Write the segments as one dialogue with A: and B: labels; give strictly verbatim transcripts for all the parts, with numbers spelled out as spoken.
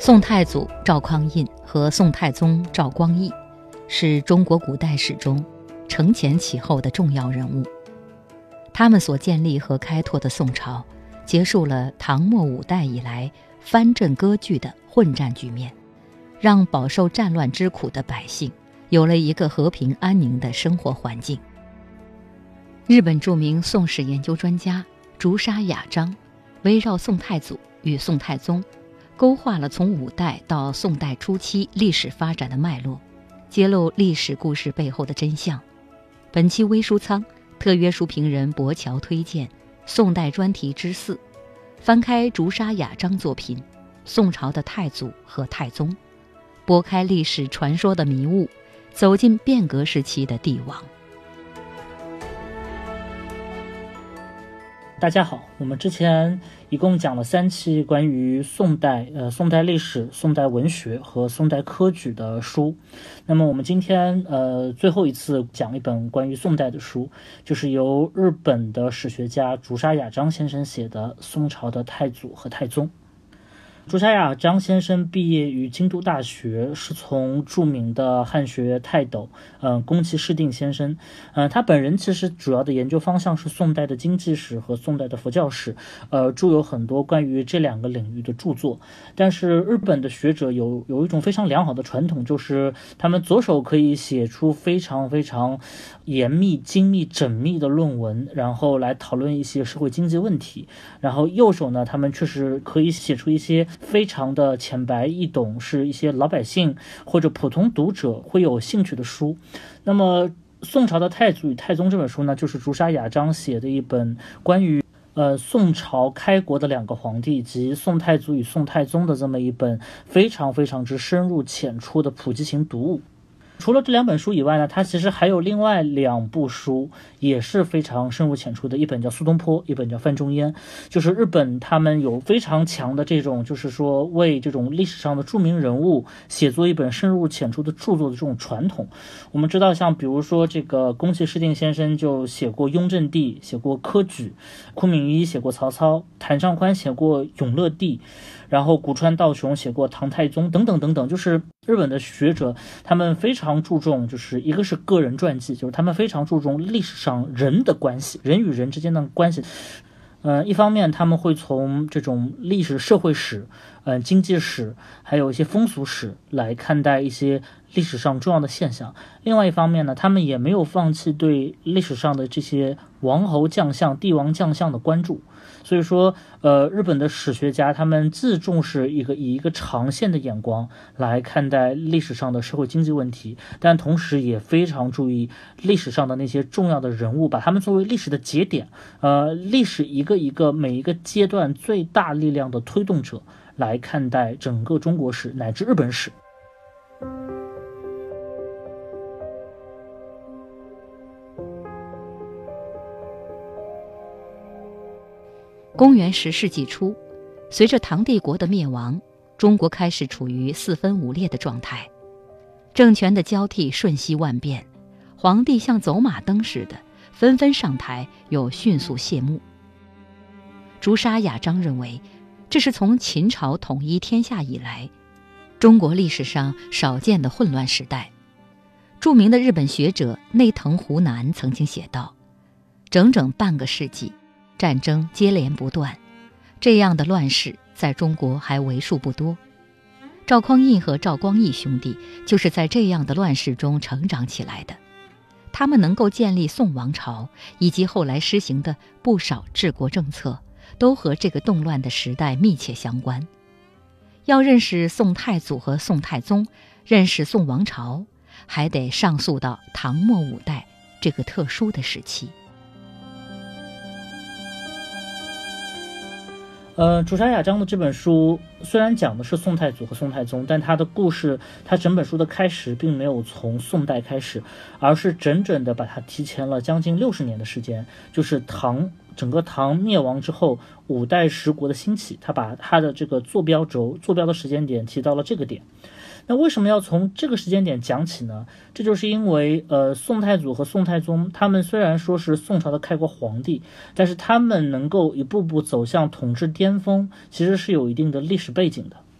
A: 宋太祖赵匡胤和宋太宗赵光义是中国古代史中承前启后的重要人物。他们所建立和开拓的宋朝，结束了唐末五代以来藩镇割据的混战局面，让饱受战乱之苦的百姓有了一个和平安宁的生活环境。日本著名宋史研究专家竹沙雅章围绕宋太祖与宋太宗，勾画了从五代到宋代初期历史发展的脉络，揭露历史故事背后的真相。本期微书仓特约书评人博乔推荐宋代专题之四，翻开竹沙雅章作品《宋朝的太祖和太宗》，拨开历史传说的迷雾，走进变革时期的帝王。
B: 大家好，我们之前一共讲了三期关于宋代、呃宋代历史、宋代文学和宋代科举的书。那么我们今天呃最后一次讲一本关于宋代的书，就是由日本的史学家竹沙雅章先生写的《宋朝的太祖和太宗》。竹沙雅章先生毕业于京都大学，是从著名的汉学泰斗，嗯、呃，宫崎市定先生，嗯、呃，他本人其实主要的研究方向是宋代的经济史和宋代的佛教史，呃，著有很多关于这两个领域的著作。但是日本的学者有有一种非常良好的传统，就是他们左手可以写出非常非常严密、精密、缜密的论文，然后来讨论一些社会经济问题，然后右手呢，他们确实可以写出一些非常的浅白易懂，是一些老百姓或者普通读者会有兴趣的书。那么宋朝的太祖与太宗这本书呢，就是竹沙雅章写的一本关于呃宋朝开国的两个皇帝及宋太祖与宋太宗的这么一本非常非常之深入浅出的普及型读物。除了这两本书以外呢，它其实还有另外两部书也是非常深入浅出的，一本叫苏东坡，一本叫范仲淹。就是日本他们有非常强的这种就是说为这种历史上的著名人物写作一本深入浅出的著作的这种传统。我们知道像比如说这个宫崎市定先生就写过雍正帝，写过科举，昆明一写过曹操，谭尚宽写过永乐帝，然后古川道雄写过唐太宗等等等等。就是日本的学者他们非常注重，就是一个是个人传记，就是他们非常注重历史上人的关系，人与人之间的关系。呃，一方面他们会从这种历史社会史、呃经济史，还有一些风俗史来看待一些历史上重要的现象。另外一方面呢，他们也没有放弃对历史上的这些王侯将相、帝王将相的关注。所以说，呃，日本的史学家他们既重视一个以一个长线的眼光来看待历史上的社会经济问题，但同时也非常注意历史上的那些重要的人物，把他们作为历史的节点，呃，历史一个一个每一个阶段最大力量的推动者来看待整个中国史乃至日本史。
A: 公元十世纪初，随着唐帝国的灭亡，中国开始处于四分五裂的状态，政权的交替瞬息万变，皇帝像走马灯似的纷纷上台，又迅速谢幕。竹沙雅章认为，这是从秦朝统一天下以来，中国历史上少见的混乱时代。著名的日本学者内藤湖南曾经写道，整整半个世纪，战争接连不断，这样的乱世在中国还为数不多。赵匡胤和赵光义兄弟就是在这样的乱世中成长起来的，他们能够建立宋王朝，以及后来施行的不少治国政策，都和这个动乱的时代密切相关。要认识宋太祖和宋太宗，认识宋王朝，还得上溯到唐末五代这个特殊的时期。
B: 呃，竹沙雅章的这本书虽然讲的是宋太祖和宋太宗，但他的故事，他整本书的开始并没有从宋代开始，而是整整的把它提前了将近六十年的时间，就是唐整个唐灭亡之后，五代十国的兴起，他把他的这个坐标轴、坐标的时间点提到了这个点。那为什么要从这个时间点讲起呢？这就是因为呃，宋太祖和宋太宗他们虽然说是宋朝的开国皇帝，但是他们能够一步步走向统治巅峰，其实是有一定的历史背景的。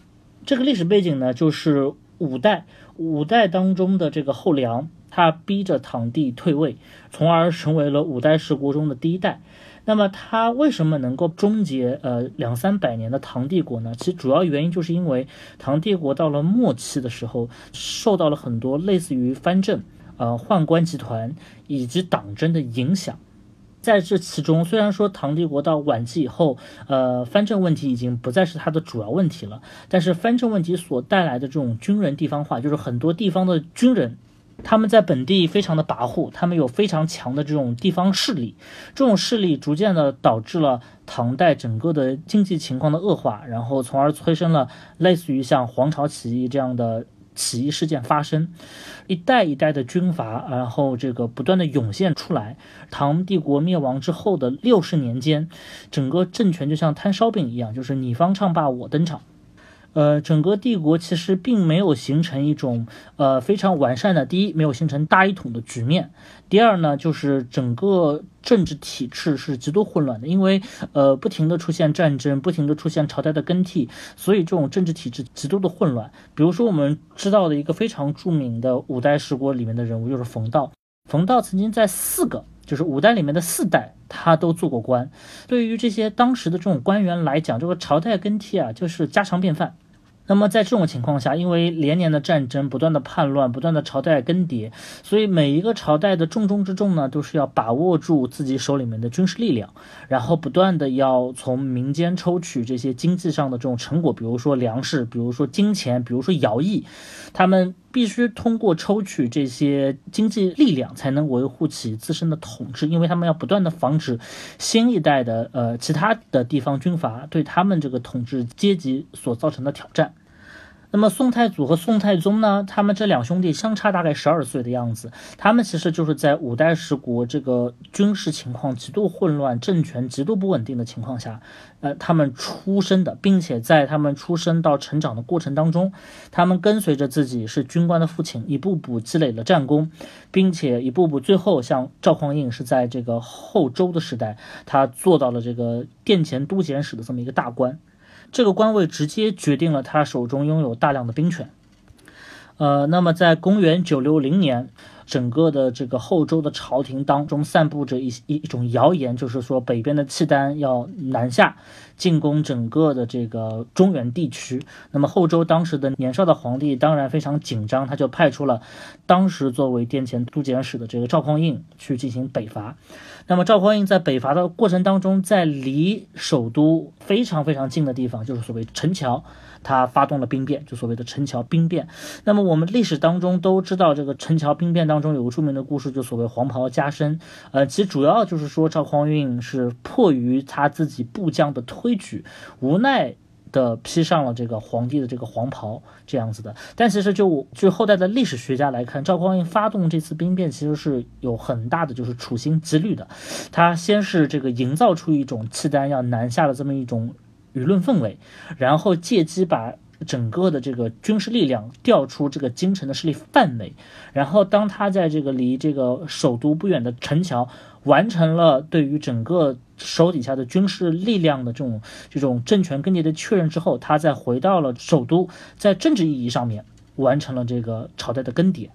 B: 这个历史背景呢，就是五代五代当中的这个后梁，他逼着唐帝退位，从而成为了五代十国中的第一代。那么他为什么能够终结呃两三百年的唐帝国呢？其实主要原因就是因为唐帝国到了末期的时候，受到了很多类似于藩镇、呃宦官集团以及党争的影响。在这其中，虽然说唐帝国到晚期以后，呃，藩镇问题已经不再是它的主要问题了，但是藩镇问题所带来的这种军人地方化，就是很多地方的军人，他们在本地非常的跋扈，他们有非常强的这种地方势力，这种势力逐渐的导致了唐代整个的经济情况的恶化，然后从而催生了类似于像黄巢起义这样的起义事件发生，一代一代的军阀，然后这个不断的涌现出来。唐帝国灭亡之后的六十年间，整个政权就像摊烧饼一样，就是你方唱罢我登场。呃，整个帝国其实并没有形成一种呃非常完善的，第一，没有形成大一统的局面；第二呢，就是整个政治体制是极度混乱的，因为呃不停的出现战争，不停的出现朝代的更替，所以这种政治体制极度的混乱。比如说我们知道的一个非常著名的五代十国里面的人物就是冯道，冯道曾经在四个就是五代里面的四代他都做过官。对于这些当时的这种官员来讲，这个朝代更替啊就是家常便饭。那么在这种情况下，因为连年的战争，不断的叛乱，不断的朝代更迭，所以每一个朝代的重中之重呢，都是要把握住自己手里面的军事力量，然后不断的要从民间抽取这些经济上的这种成果，比如说粮食，比如说金钱，比如说徭役，他们必须通过抽取这些经济力量才能维护起自身的统治，因为他们要不断的防止新一代的呃其他的地方军阀对他们这个统治阶级所造成的挑战。那么宋太祖和宋太宗呢，他们这两兄弟相差大概十二岁的样子，他们其实就是在五代十国这个军事情况极度混乱、政权极度不稳定的情况下，呃，他们出生的，并且在他们出生到成长的过程当中，他们跟随着自己是军官的父亲，一步步积累了战功，并且一步步最后像赵匡胤是在这个后周的时代，他做到了这个殿前都检使的这么一个大官。这个官位直接决定了他手中拥有大量的兵权。呃，那么在公元九六零年，整个的这个后周的朝廷当中散布着一一一种谣言，就是说北边的契丹要南下进攻整个的这个中原地区。那么后周当时的年少的皇帝当然非常紧张，他就派出了当时作为殿前都检使的这个赵匡胤去进行北伐。那么赵匡胤在北伐的过程当中，在离首都非常非常近的地方，就是所谓陈桥，他发动了兵变，就所谓的陈桥兵变。那么我们历史当中都知道，这个陈桥兵变当中有个著名的故事，就所谓黄袍加身。呃，其实主要就是说赵匡胤是迫于他自己部将的推举，无奈的披上了这个皇帝的这个黄袍这样子的。但其实就据后代的历史学家来看，赵匡胤发动这次兵变其实是有很大的就是处心积虑的。他先是这个营造出一种契丹要南下的这么一种舆论氛围，然后借机把整个的这个军事力量调出这个京城的势力范围，然后当他在这个离这个首都不远的陈桥完成了对于整个手底下的军事力量的这种这种政权更迭的确认之后，他再回到了首都，在政治意义上面完成了这个朝代的更迭。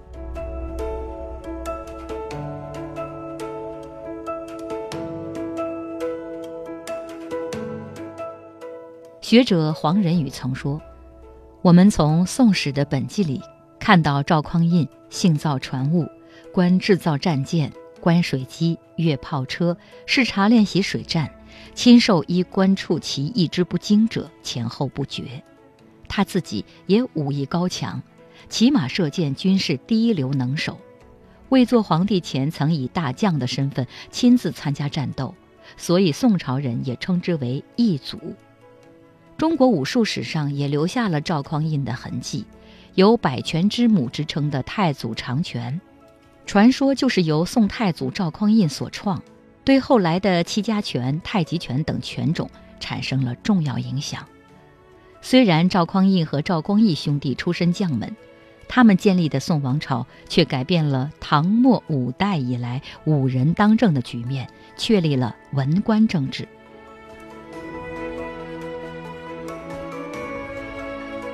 A: 学者黄仁宇曾说，我们从《宋史》的本纪里看到赵匡胤性造船坞，官制造战舰、观水机、阅炮车，视察练习水战，亲授依官处其意之不精者前后不绝。他自己也武艺高强，骑马射箭军事第一流能手，未做皇帝前曾以大将的身份亲自参加战斗，所以宋朝人也称之为义祖。中国武术史上也留下了赵匡胤的痕迹，有百拳之母之称的太祖长拳，传说就是由宋太祖赵匡胤所创，对后来的戚家拳、太极拳等拳种产生了重要影响。虽然赵匡胤和赵光义兄弟出身将门，他们建立的宋王朝却改变了唐末五代以来武人当政的局面，确立了文官政治。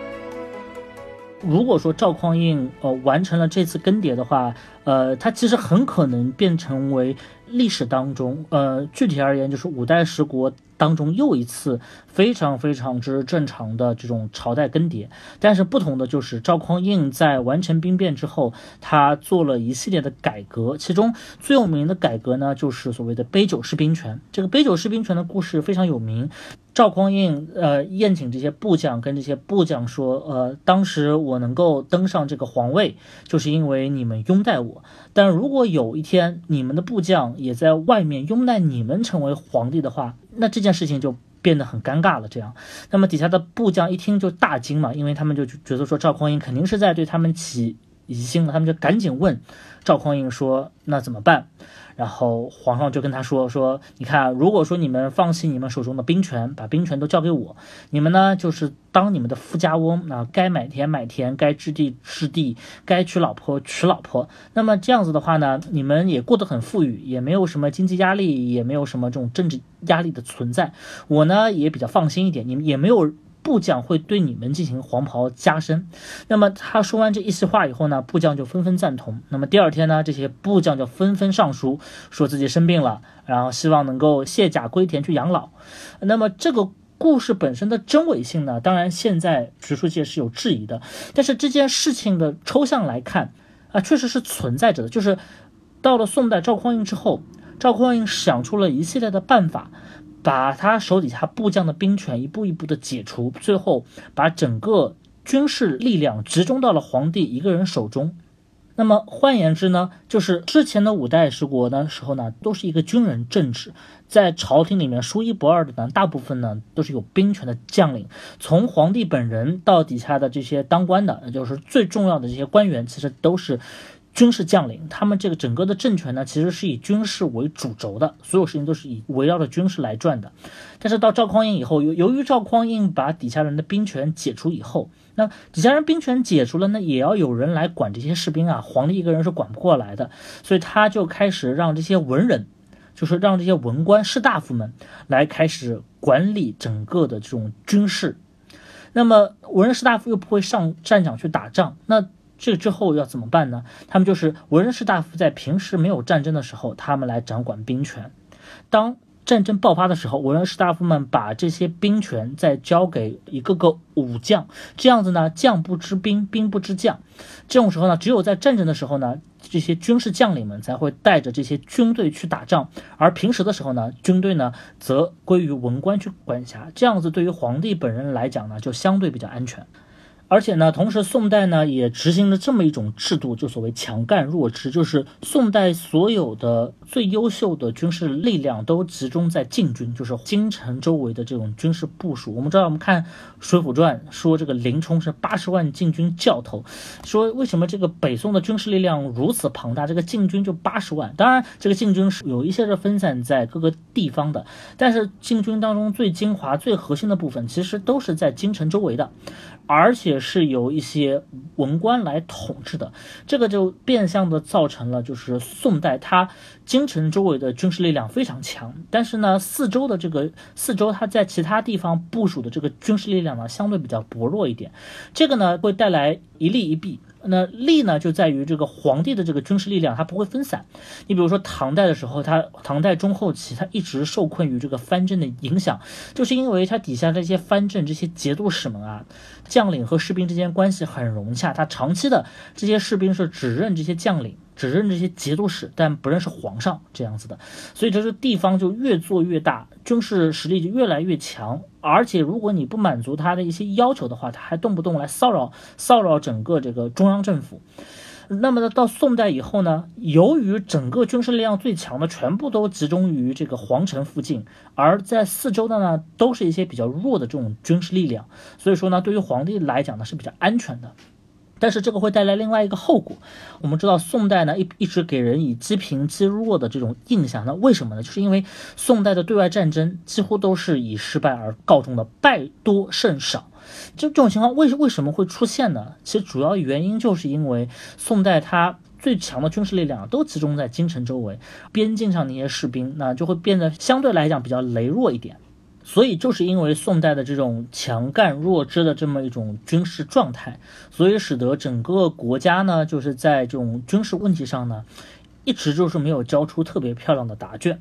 B: 如果说赵匡胤呃完成了这次更迭的话，呃，他其实很可能变成为历史当中，呃，具体而言就是五代十国当中又一次非常非常之正常的这种朝代更迭。但是不同的就是赵匡胤在完成兵变之后，他做了一系列的改革，其中最有名的改革呢，就是所谓的杯酒释兵权。这个杯酒释兵权的故事非常有名。赵匡胤呃宴请这些部将，跟这些部将说，呃，当时我能够登上这个皇位，就是因为你们拥戴我。但如果有一天你们的部将也在外面拥戴你们成为皇帝的话，那这件事情就变得很尴尬了。这样，那么底下的部将一听就大惊嘛，因为他们就觉得说赵匡胤肯定是在对他们起疑心了，他们就赶紧问赵匡胤说，那怎么办？然后皇上就跟他说说，你看，如果说你们放弃你们手中的兵权，把兵权都交给我，你们呢就是当你们的富家翁，那该买田买田，该置地置地，该娶老婆娶老婆。那么这样子的话呢，你们也过得很富裕，也没有什么经济压力，也没有什么这种政治压力的存在。我呢也比较放心一点，你们也没有部将会对你们进行黄袍加身。那么他说完这一席话以后呢，部将就纷纷赞同。那么第二天呢，这些部将就纷纷上书，说自己生病了，然后希望能够卸甲归田去养老。那么这个故事本身的真伪性呢，当然现在学术界是有质疑的，但是这件事情的抽象来看啊，确实是存在着的。就是到了宋代赵匡胤之后，赵匡胤想出了一系列的办法，把他手底下部将的兵权一步一步的解除，最后把整个军事力量集中到了皇帝一个人手中。那么换言之呢，就是之前的五代十国的时候呢，都是一个军人政治，在朝廷里面数一不二的呢，大部分呢都是有兵权的将领，从皇帝本人到底下的这些当官的，就是最重要的这些官员，其实都是军事将领。他们这个整个的政权呢，其实是以军事为主轴的，所有事情都是以围绕着军事来转的。但是到赵匡胤以后，由由于赵匡胤把底下人的兵权解除以后，那底下人兵权解除了呢，也要有人来管这些士兵啊，皇帝一个人是管不过来的，所以他就开始让这些文人，就是让这些文官士大夫们来开始管理整个的这种军事。那么文人士大夫又不会上战场去打仗，那这之后要怎么办呢？他们就是文人士大夫在平时没有战争的时候，他们来掌管兵权。当战争爆发的时候，文人士大夫们把这些兵权再交给一个个武将，这样子呢，将不知兵，兵不知将。这种时候呢，只有在战争的时候呢，这些军事将领们才会带着这些军队去打仗，而平时的时候呢，军队呢则归于文官去管辖。这样子对于皇帝本人来讲呢，就相对比较安全。而且呢，同时宋代呢也执行了这么一种制度，就所谓强干弱支，就是宋代所有的最优秀的军事力量都集中在禁军，就是京城周围的这种军事部署。我们知道，我们看《水浒传》说这个林冲是八十万禁军教头，说为什么这个北宋的军事力量如此庞大，这个禁军就八十万。当然，这个禁军是有一些是分散在各个地方的，但是禁军当中最精华、最核心的部分，其实都是在京城周围的。而且是由一些文官来统治的，这个就变相的造成了，就是宋代它京城周围的军事力量非常强，但是呢，四周的这个四周它在其他地方部署的这个军事力量呢，相对比较薄弱一点，这个呢会带来一利一弊。那利呢，就在于这个皇帝的这个军事力量它不会分散。你比如说唐代的时候，他唐代中后期他一直受困于这个藩镇的影响，就是因为他底下这些藩镇这些节度使们啊，将领和士兵之间关系很融洽，他长期的这些士兵是只认这些将领，只认这些节度使，但不认识皇上这样子的，所以这是地方就越做越大，军事实力就越来越强。而且如果你不满足他的一些要求的话，他还动不动来骚扰骚扰整个这个中央政府。那么到宋代以后呢，由于整个军事力量最强的全部都集中于这个皇城附近，而在四周的呢都是一些比较弱的这种军事力量，所以说呢，对于皇帝来讲呢是比较安全的。但是这个会带来另外一个后果。我们知道宋代呢一一直给人以积贫积弱的这种印象，那为什么呢？就是因为宋代的对外战争几乎都是以失败而告终的，败多胜少。就这种情况为为什么会出现呢？其实主要原因就是因为宋代它最强的军事力量都集中在京城周围，边境上那些士兵那就会变得相对来讲比较羸弱一点。 所以就是因为宋代的这种强干弱支的这么一种军事状态，所以使得整个国家呢，就是在这种军事问题上呢，一直就是没有交出特别漂亮的答卷。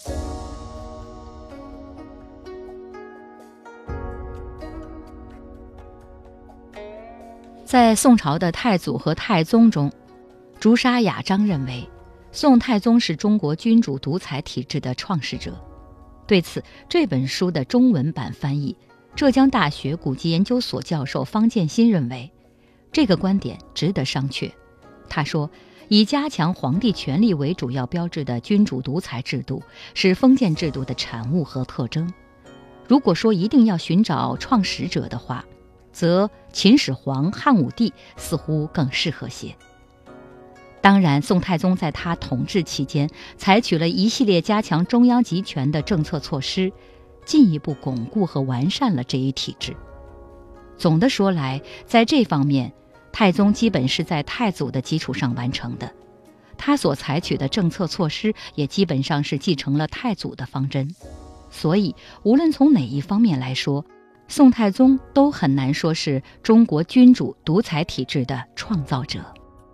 A: 在宋朝的太祖和太宗中，竹沙雅章认为宋太宗是中国君主独裁体制的创始者。对此，这本书的中文版翻译浙江大学古籍研究所教授方建新认为，这个观点值得商榷。他说，以加强皇帝权力为主要标志的君主独裁制度是封建制度的产物和特征。如果说一定要寻找创始者的话，则秦始皇、汉武帝似乎更适合些。当然，宋太宗在他统治期间采取了一系列加强中央集权的政策措施，进一步巩固和完善了这一体制。总的说来，在这方面，太宗基本是在太祖的基础上完成的，他所采取的政策措施也基本上是继承了太祖的方针。所以，无论从哪一方面来说，宋太宗都很难说是中国君主独裁体制的创造者。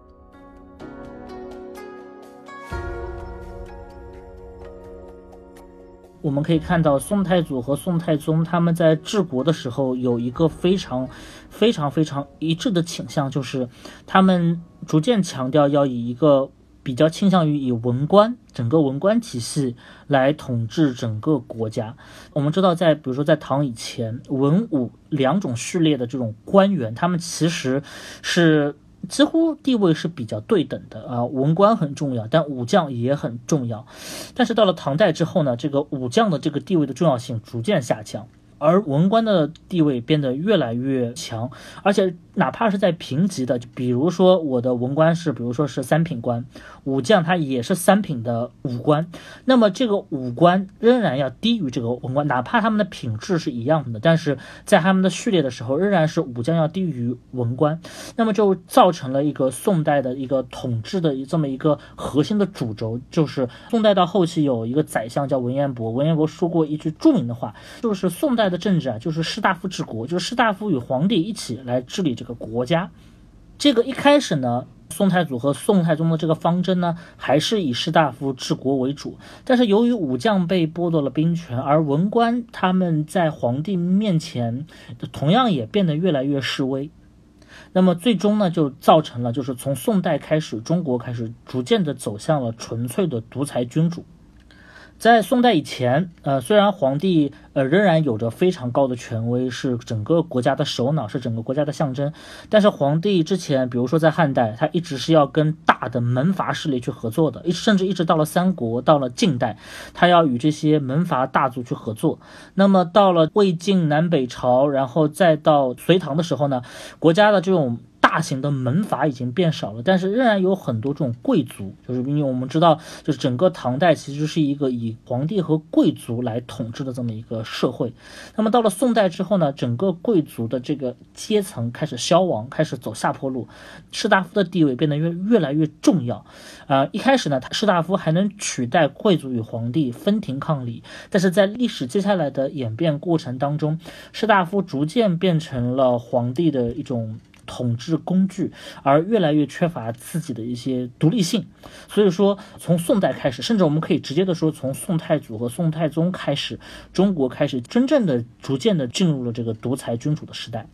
B: 我们可以看到宋太祖和宋太宗他们在治国的时候有一个非常非常非常一致的倾向，就是他们逐渐强调要以一个比较倾向于以文官整个文官体系来统治整个国家。我们知道在比如说在唐以前，文武两种序列的这种官员，他们其实是几乎地位是比较对等的啊，文官很重要，但武将也很重要。但是到了唐代之后呢，这个武将的这个地位的重要性逐渐下降，而文官的地位变得越来越强，而且哪怕是在平级的，比如说我的文官是比如说是三品官，武将他也是三品的武官，那么这个武官仍然要低于这个文官，哪怕他们的品质是一样的，但是在他们的序列的时候仍然是武将要低于文官，那么就造成了一个宋代的一个统治的这么一个核心的主轴。就是宋代到后期有一个宰相叫文彦博，文彦博说过一句著名的话，就是宋代的政治啊，就是士大夫治国，就是士大夫与皇帝一起来治理这个国家。这个一开始呢，宋太祖和宋太宗的这个方针呢，还是以士大夫治国为主，但是由于武将被剥夺了兵权，而文官他们在皇帝面前同样也变得越来越示威，那么最终呢，就造成了就是从宋代开始，中国开始逐渐的走向了纯粹的独裁君主。在宋代以前，呃，虽然皇帝呃仍然有着非常高的权威，是整个国家的首脑，是整个国家的象征，但是皇帝之前，比如说在汉代，他一直是要跟大的门阀势力去合作的，甚至一直到了三国，到了晋代，他要与这些门阀大族去合作。那么到了魏晋南北朝，然后再到隋唐的时候呢，国家的这种大型的门阀已经变少了，但是仍然有很多这种贵族，就是因为我们知道，就是整个唐代其实是一个以皇帝和贵族来统治的这么一个社会。那么到了宋代之后呢，整个贵族的这个阶层开始消亡，开始走下坡路，士大夫的地位变得越越来越重要。呃，一开始呢，士大夫还能取代贵族与皇帝分庭抗礼，但是在历史接下来的演变过程当中，士大夫逐渐变成了皇帝的一种统治工具，而越来越缺乏自己的一些独立性。所以说从宋代开始，甚至我们可以直接的说从宋太祖和宋太宗开始，中国开始真正的逐渐的进入了这个独裁君主的时代。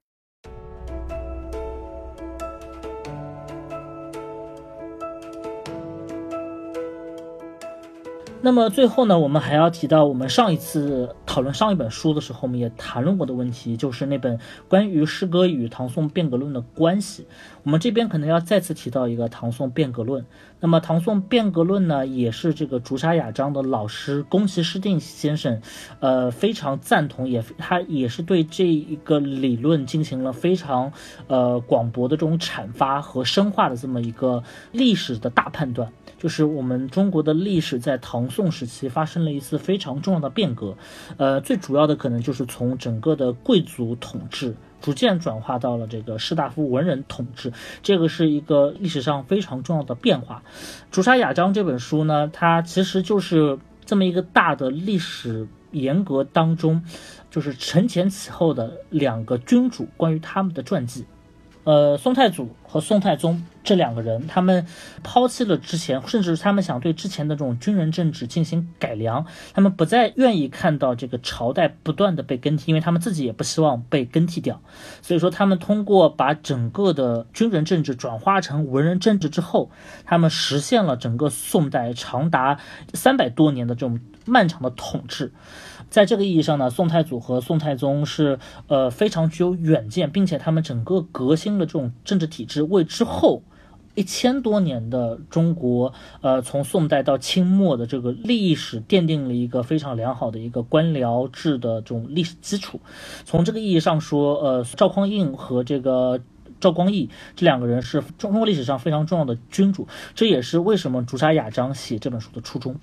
B: 那么最后呢，我们还要提到我们上一次讨论上一本书的时候，我们也谈论过的问题，就是那本关于诗歌与唐宋变革论的关系。我们这边可能要再次提到一个唐宋变革论。那么唐宋变革论呢，也是这个竹沙雅章的老师宫崎市定先生呃非常赞同，也他也是对这一个理论进行了非常呃广博的这种阐发和深化的这么一个历史的大判断。就是我们中国的历史在唐宋时期发生了一次非常重要的变革，呃，最主要的可能就是从整个的贵族统治逐渐转化到了这个士大夫文人统治，这个是一个历史上非常重要的变化。竹沙雅章这本书呢，它其实就是这么一个大的历史严格当中就是承前启后的两个君主关于他们的传记。呃，宋太祖和宋太宗这两个人，他们抛弃了之前，甚至他们想对之前的这种军人政治进行改良，他们不再愿意看到这个朝代不断的被更替，因为他们自己也不希望被更替掉。所以说他们通过把整个的军人政治转化成文人政治之后，他们实现了整个宋代长达三百多年的这种漫长的统治。在这个意义上呢，宋太祖和宋太宗是呃非常具有远见，并且他们整个革新了这种政治体制，为之后一千多年的中国，呃，从宋代到清末的这个历史奠定了一个非常良好的一个官僚制的这种历史基础。从这个意义上说，呃，赵匡胤和这个赵光义这两个人是中国历史上非常重要的君主，这也是为什么竹沙雅章写这本书的初衷。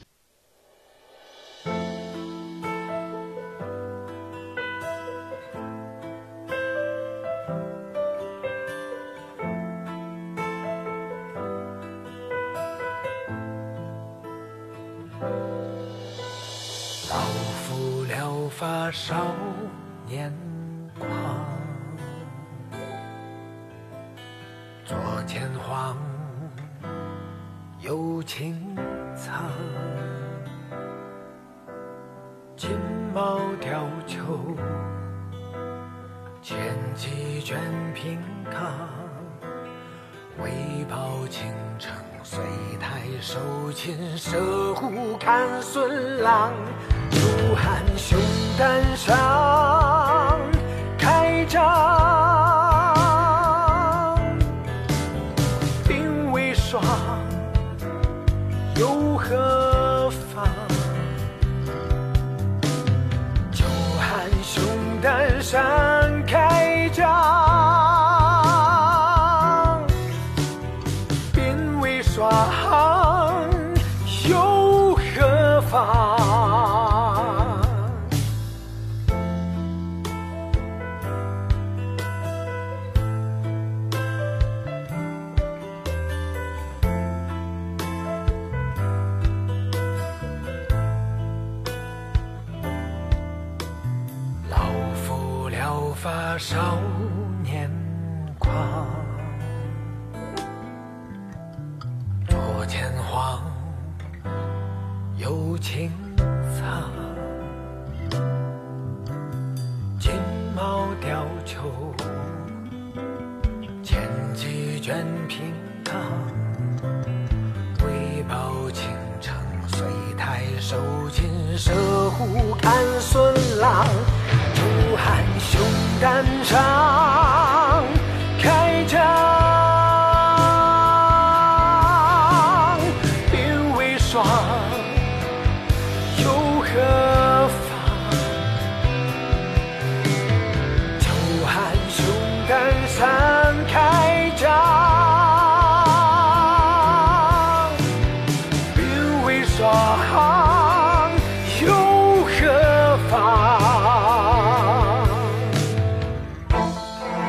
C: 发少年狂，左牵黄，右擎苍，金毛貂裘，千骑卷平康，为报倾城，随太守亲，射虎看孙郎。楚汉雄胆上开张，兵为霜，又何妨？楚汉雄胆上开张，兵为霜，又何妨？发少年狂，左牵黄，右擎苍，金毛貂裘，千骑卷平康，为报倾城，随太守亲，射虎看孙郎。楚汉雄胆上开张，兵为霜，又何妨？楚汉雄胆上开张，兵为霜，又何妨？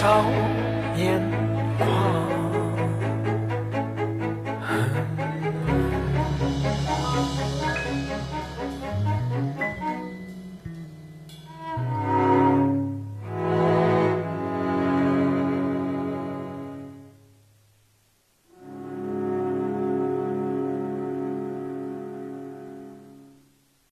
C: 少年狂。